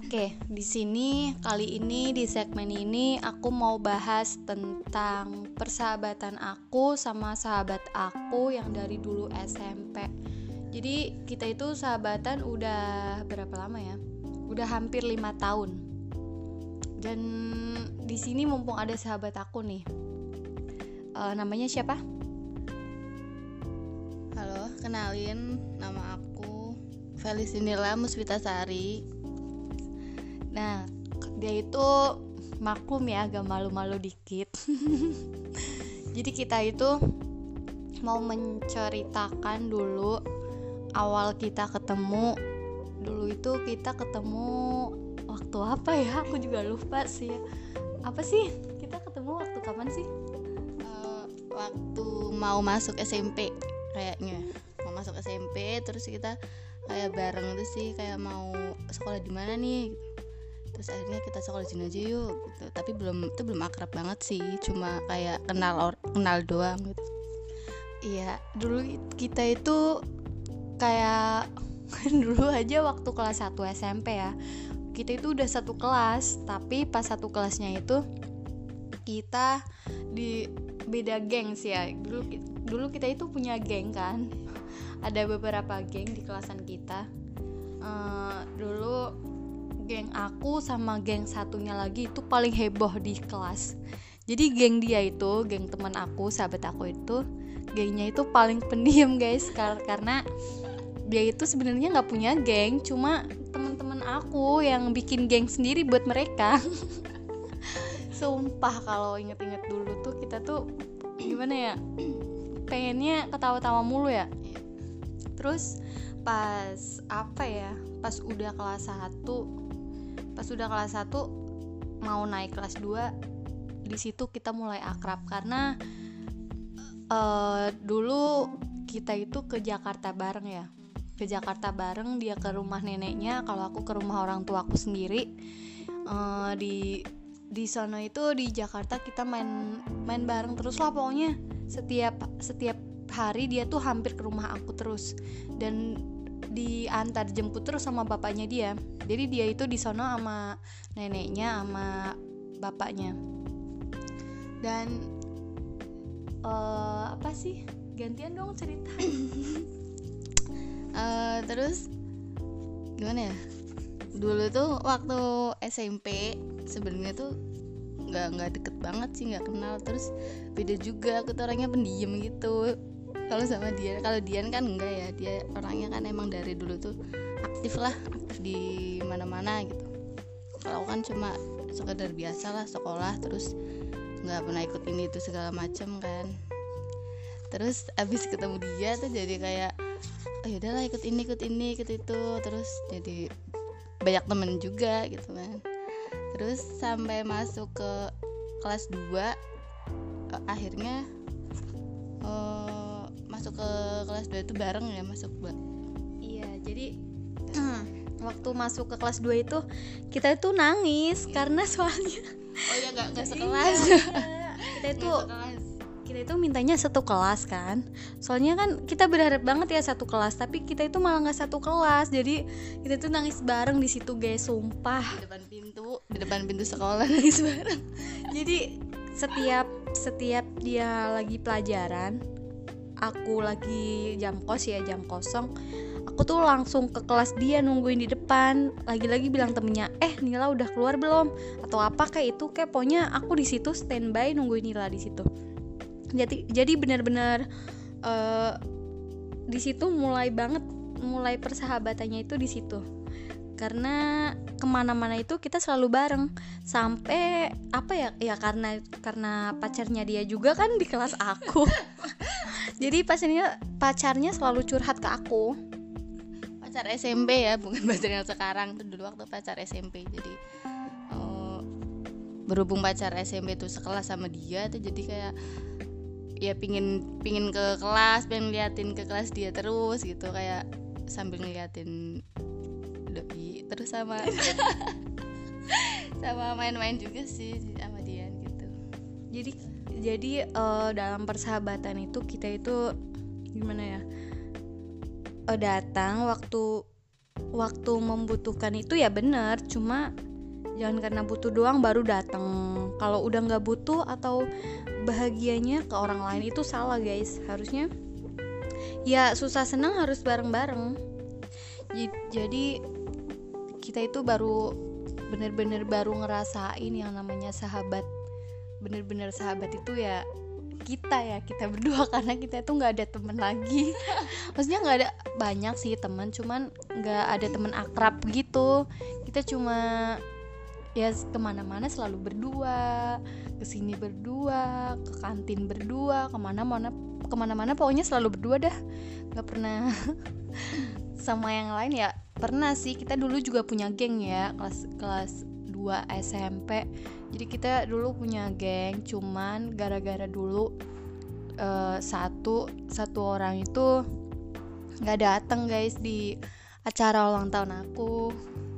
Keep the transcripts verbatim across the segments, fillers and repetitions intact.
Oke, di sini kali ini di segmen ini aku mau bahas tentang persahabatan aku sama sahabat aku yang dari dulu S M P. Jadi kita itu sahabatan udah berapa lama ya? Udah hampir lima tahun. Dan di sini mumpung ada sahabat aku nih. E, namanya siapa? Halo, kenalin, nama aku Felistinila Muswitasari. Nah, dia itu maklum ya, agak malu-malu dikit. Jadi kita itu mau menceritakan dulu awal kita ketemu. Dulu itu kita ketemu waktu apa ya? Aku juga lupa sih. Apa sih? Kita ketemu waktu kapan sih? Uh, waktu mau masuk S M P kayaknya. Mau masuk S M P terus kita kayak bareng itu sih, kayak mau sekolah di mana nih gitu. Terus akhirnya kita sekolah di sini aja yuk gitu. Tapi belum itu belum akrab banget sih, cuma kayak kenal or, kenal doang gitu. Iya, dulu kita itu kayak dulu aja waktu kelas satu S M P ya. Kita itu udah satu kelas, tapi pas satu kelasnya itu kita di beda geng sih ya. Dulu dulu kita itu punya geng kan. Ada beberapa geng di kelasan kita. Uh, dulu geng aku sama geng satunya lagi itu paling heboh di kelas. Jadi geng dia itu, geng teman aku, sahabat aku itu, gengnya itu paling pendiam guys, karena dia itu sebenarnya nggak punya geng, cuma teman-teman aku yang bikin geng sendiri buat mereka. Sumpah kalau inget-inget dulu tuh kita tuh gimana ya, pengennya ketawa-tawa mulu ya. Terus pas apa ya, pas udah kelas satu pas udah kelas satu mau naik kelas dua, di situ kita mulai akrab karena uh, dulu kita itu ke Jakarta bareng ya. Ke Jakarta bareng, dia ke rumah neneknya, kalau aku ke rumah orang tua aku sendiri. Uh, di di sana itu di Jakarta kita main main bareng terus lah pokoknya. Setiap setiap hari dia tuh hampir ke rumah aku terus, dan diantar jemput terus sama bapaknya dia. Jadi dia itu di sono sama neneknya sama bapaknya. Dan uh, apa sih? Gantian dong cerita. uh, Terus gimana ya? Dulu tuh waktu S M P sebenarnya tuh nggak nggak deket banget sih, nggak kenal. Terus beda juga, aku tuh orangnya pendiam gitu. Kalau sama dia, kalau Dian kan enggak ya, dia orangnya kan emang dari dulu tuh aktif lah, aktif di mana-mana gitu. Kalau aku kan cuma sekedar biasa lah sekolah, terus nggak pernah ikut ini itu segala macam kan. Terus abis ketemu dia tuh jadi kayak, oh yaudahlah ikut ini ikut ini ikut itu, terus jadi banyak temen juga gitu kan. Terus sampai masuk ke kelas dua, eh, akhirnya eh, masuk ke kelas dua itu bareng ya, masuk dua. Iya, jadi waktu masuk ke kelas dua itu kita itu nangis iya. Karena soalnya oh ya gak, gak sekelas. Kita itu kita itu mintanya satu kelas kan. Soalnya kan kita berharap banget ya satu kelas, tapi kita itu malah gak satu kelas. Jadi kita tuh nangis bareng di situ guys, sumpah. Di depan pintu, di depan pintu sekolah nangis bareng. Jadi setiap setiap dia lagi pelajaran, aku lagi jam kos ya, jam kosong, aku tuh langsung ke kelas dia nungguin di depan. Lagi-lagi bilang temennya, eh Nila udah keluar belum? Atau apa kayak itu, kayak pokoknya aku di situ standby nungguin Nila di situ. Jadi jadi benar-benar uh, di situ mulai banget, mulai persahabatannya itu di situ. Karena kemana-mana itu kita selalu bareng sampai apa ya ya karena karena pacarnya dia juga kan di kelas aku. Jadi pacarnya pacarnya selalu curhat ke aku. Pacar S M P ya, bukan pacar yang sekarang. Itu dulu waktu pacar S M P. Jadi uh, berhubung pacar S M P itu sekelas sama dia tuh, jadi kayak ya pingin pingin ke kelas, pengen liatin ke kelas dia terus gitu, kayak sambil ngeliatin doi terus sama sama main-main juga sih sama dia gitu. Jadi jadi uh, dalam persahabatan itu kita itu gimana ya, uh, datang waktu waktu membutuhkan itu ya bener, cuma jangan karena butuh doang baru datang. Kalau udah nggak butuh atau bahagianya ke orang lain itu salah guys. Harusnya ya susah senang harus bareng-bareng. Jadi kita itu baru bener-bener baru ngerasain yang namanya sahabat. Bener-bener sahabat itu ya kita ya kita berdua, karena kita itu nggak ada temen lagi. Maksudnya nggak ada, banyak sih teman, cuman nggak ada teman akrab gitu. Kita cuma ya kemana-mana selalu berdua, kesini berdua, ke kantin berdua, kemana-mana kemana-mana pokoknya selalu berdua dah, nggak pernah sama yang lain. Ya pernah sih, kita dulu juga punya geng ya, kelas kelas dua S M P. Jadi kita dulu punya geng, cuman gara-gara dulu uh, satu satu orang itu nggak datang guys di acara ulang tahun aku.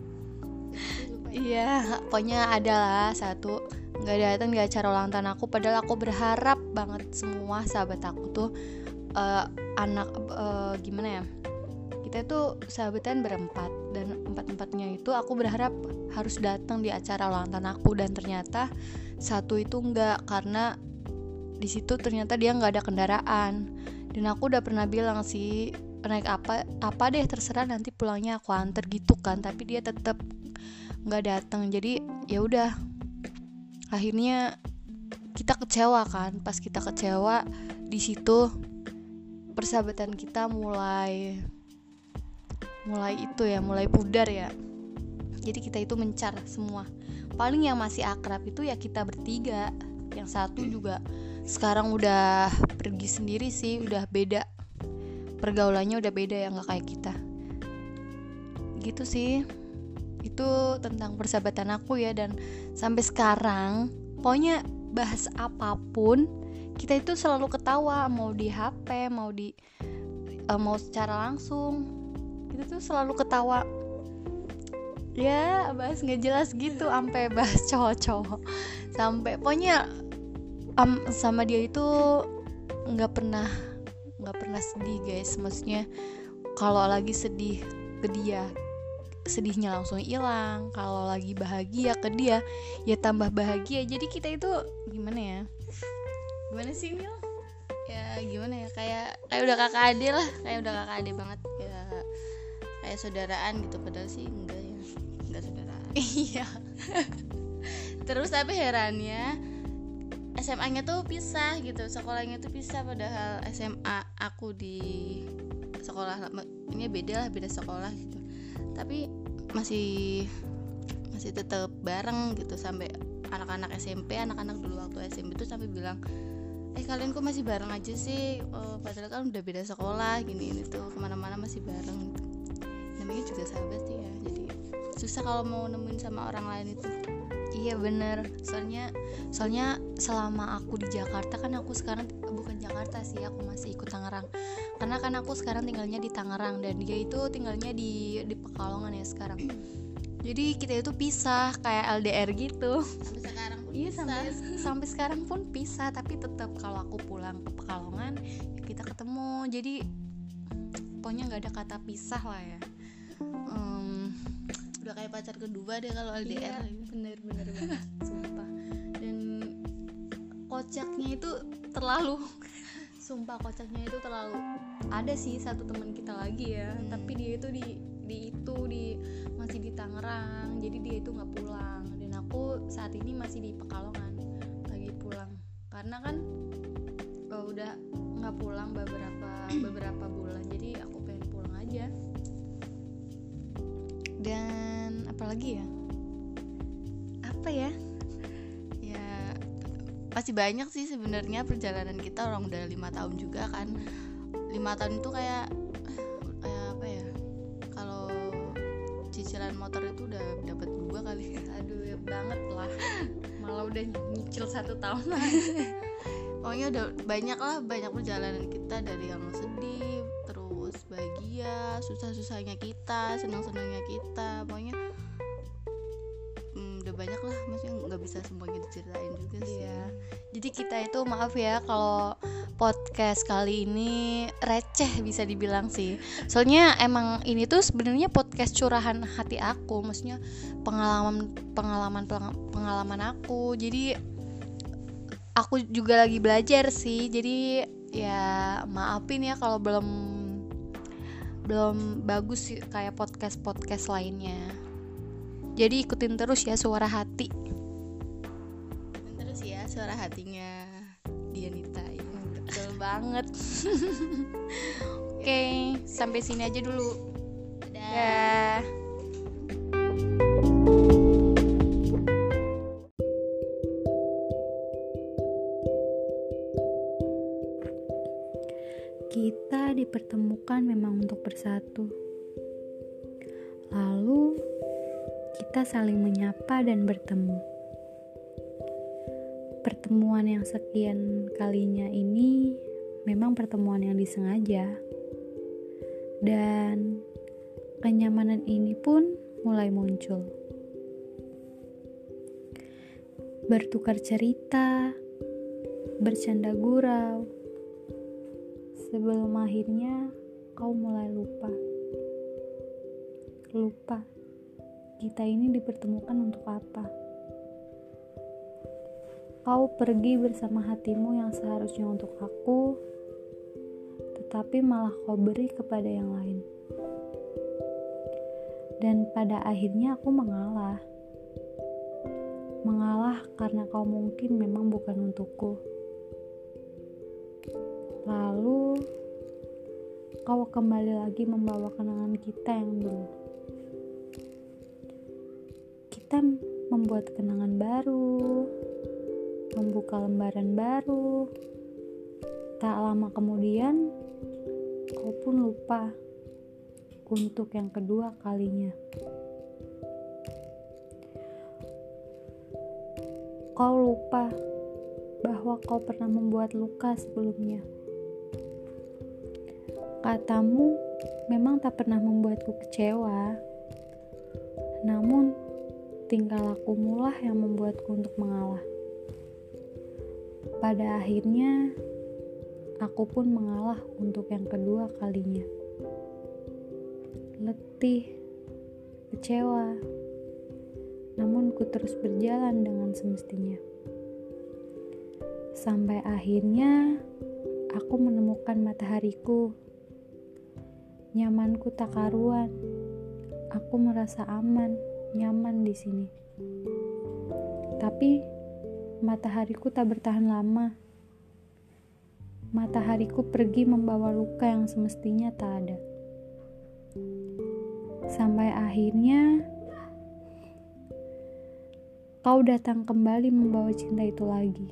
Iya, pokoknya ada lah satu nggak datang di acara ulang tahun aku. Padahal aku berharap banget semua sahabat aku tuh uh, anak uh, gimana ya? Kita tuh sahabatan berempat, dan empat-empatnya itu aku berharap harus datang di acara ulang tahun aku, dan ternyata satu itu enggak, karena di situ ternyata dia nggak ada kendaraan. Dan aku udah pernah bilang sih, naik apa apa deh terserah, nanti pulangnya aku anter gitu kan, tapi dia tetap nggak datang. Jadi ya udah, akhirnya kita kecewa kan. Pas kita kecewa, di situ persahabatan kita mulai mulai itu ya mulai pudar ya. Jadi kita itu mencar semua. Paling yang masih akrab itu ya kita bertiga. Yang satu juga sekarang udah pergi sendiri sih, udah beda, pergaulannya udah beda ya, nggak kayak kita gitu sih. Itu tentang persahabatan aku ya. Dan sampai sekarang pokoknya bahas apapun kita itu selalu ketawa, mau di H P, mau di uh, mau secara langsung, kita tuh selalu ketawa. Ya bahas nggak jelas gitu, sampai bahas cowok-cowok, sampai pokoknya um, sama dia itu nggak pernah nggak pernah sedih guys. Maksudnya kalau lagi sedih ke dia, sedihnya langsung hilang. Kalau lagi bahagia ke dia, ya tambah bahagia. Jadi kita itu gimana ya? Gimana sih Mil? Ya gimana ya, kayak kayak udah kakak adik lah, kayak udah kakak adik banget ya, kayak saudaraan gitu. Padahal sih enggak ya, enggak saudaraan. Iya. Terus tapi herannya S M A-nya tuh pisah gitu, sekolahnya tuh pisah. Padahal S M A aku di sekolah ini beda lah, beda sekolah gitu, tapi masih masih tetap bareng gitu. Sampai anak-anak S M P, anak-anak dulu waktu S M P tuh sampai bilang, eh kalian kok masih bareng aja sih, oh, padahal kan udah beda sekolah gini ini tuh, kemana-mana masih bareng gitu. Namanya juga sahabat sih ya, jadi susah kalau mau nemuin sama orang lain itu. Iya bener, soalnya soalnya selama aku di Jakarta kan, aku sekarang bukan Jakarta sih, aku masih ikut Tangerang. Karena kan aku sekarang tinggalnya di Tangerang, dan dia itu tinggalnya di di Pekalongan ya sekarang. Jadi kita itu pisah kayak L D R gitu. Sampai sekarang pun Iya pisah. sampai sampai sekarang pun pisah, tapi tetap kalau aku pulang ke Pekalongan ya kita ketemu. Jadi pokoknya nggak ada kata pisah lah ya. Um, Udah kayak pacar kedua deh kalau L D R. Iya, bener-bener banget, sumpah. Dan kocaknya itu terlalu sumpah kocaknya itu terlalu. Ada sih satu teman kita lagi ya, hmm. tapi dia itu di di itu di masih di Tangerang, jadi dia itu nggak pulang. Dan aku saat ini masih di Pekalongan lagi pulang, karena kan uh, udah nggak pulang beberapa beberapa bulan, jadi aku pengen pulang aja. Dan apalagi ya apa ya Ya masih banyak sih sebenarnya perjalanan kita, orang udah lima tahun juga kan. Lima tahun itu kayak kayak apa ya, kalau cicilan motor itu udah dapat dua kali. Aduh ya banget lah, malah udah nyicil satu tahun lah. Pokoknya udah banyak lah, banyak perjalanan kita, dari yang sedih, terus bahagia, susah-susahnya kita, senang-senangnya kita. Pokoknya hmm, udah banyak lah, maksudnya nggak bisa semuanya diceritain juga sih. Iya. Jadi kita itu maaf ya kalau podcast kali ini receh bisa dibilang sih. Soalnya emang ini tuh sebenarnya podcast curahan hati aku, maksudnya pengalaman pengalaman pengalaman aku. Jadi aku juga lagi belajar sih. Jadi ya maafin ya kalau belum belum bagus sih kayak podcast-podcast lainnya. Jadi ikutin terus ya suara hati. Terus ya suara hatinya Dianita ya. Betul banget. Oke, okay, sampai sini aja dulu. Dadah. Kita dipertemukan memang untuk bersatu. Lalu kita saling menyapa dan bertemu. Pertemuan yang sekian kalinya ini memang pertemuan yang disengaja. Dan kenyamanan ini pun mulai muncul. Bertukar cerita, bercanda gurau, sebelum akhirnya kau mulai lupa. Lupa, kita ini dipertemukan untuk apa? Kau pergi bersama hatimu yang seharusnya untuk aku, tetapi malah kau beri kepada yang lain. Dan pada akhirnya aku mengalah. Mengalah karena kau mungkin memang bukan untukku. Lalu kau kembali lagi membawa kenangan kita yang dulu. Kita membuat kenangan baru, membuka lembaran baru. Tak lama kemudian, kau pun lupa untuk yang kedua kalinya. Kau lupa bahwa kau pernah membuat luka sebelumnya. Katamu memang tak pernah membuatku kecewa, namun tingkah lakumu lah yang membuatku untuk mengalah. Pada akhirnya, aku pun mengalah untuk yang kedua kalinya. Letih, kecewa, namun ku terus berjalan dengan semestinya. Sampai akhirnya, aku menemukan matahariku. Nyamanku tak karuan. Aku merasa aman, nyaman di sini. Tapi matahariku tak bertahan lama. Matahariku pergi membawa luka yang semestinya tak ada. Sampai akhirnya kau datang kembali membawa cinta itu lagi.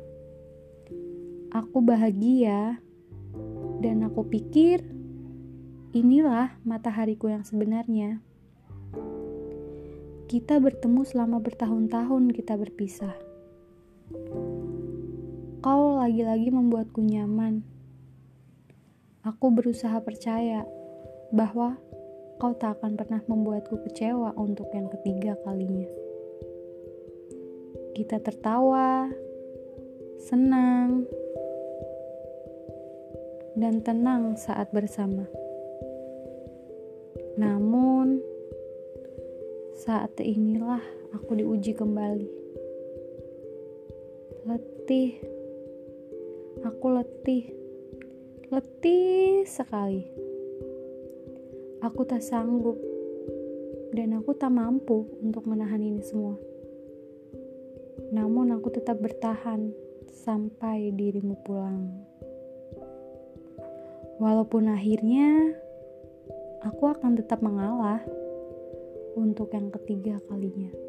Aku bahagia dan aku pikir inilah matahariku yang sebenarnya. Kita bertemu selama bertahun-tahun kita berpisah. Kau lagi-lagi membuatku nyaman. Aku berusaha percaya bahwa kau tak akan pernah membuatku kecewa untuk yang ketiga kalinya. Kita tertawa, senang, dan tenang saat bersama. Namun, saat inilah aku diuji kembali. Letih, aku letih, letih sekali. Aku tak sanggup, dan aku tak mampu untuk menahan ini semua. Namun aku tetap bertahan sampai dirimu pulang. Walaupun akhirnya aku akan tetap mengalah untuk yang ketiga kalinya.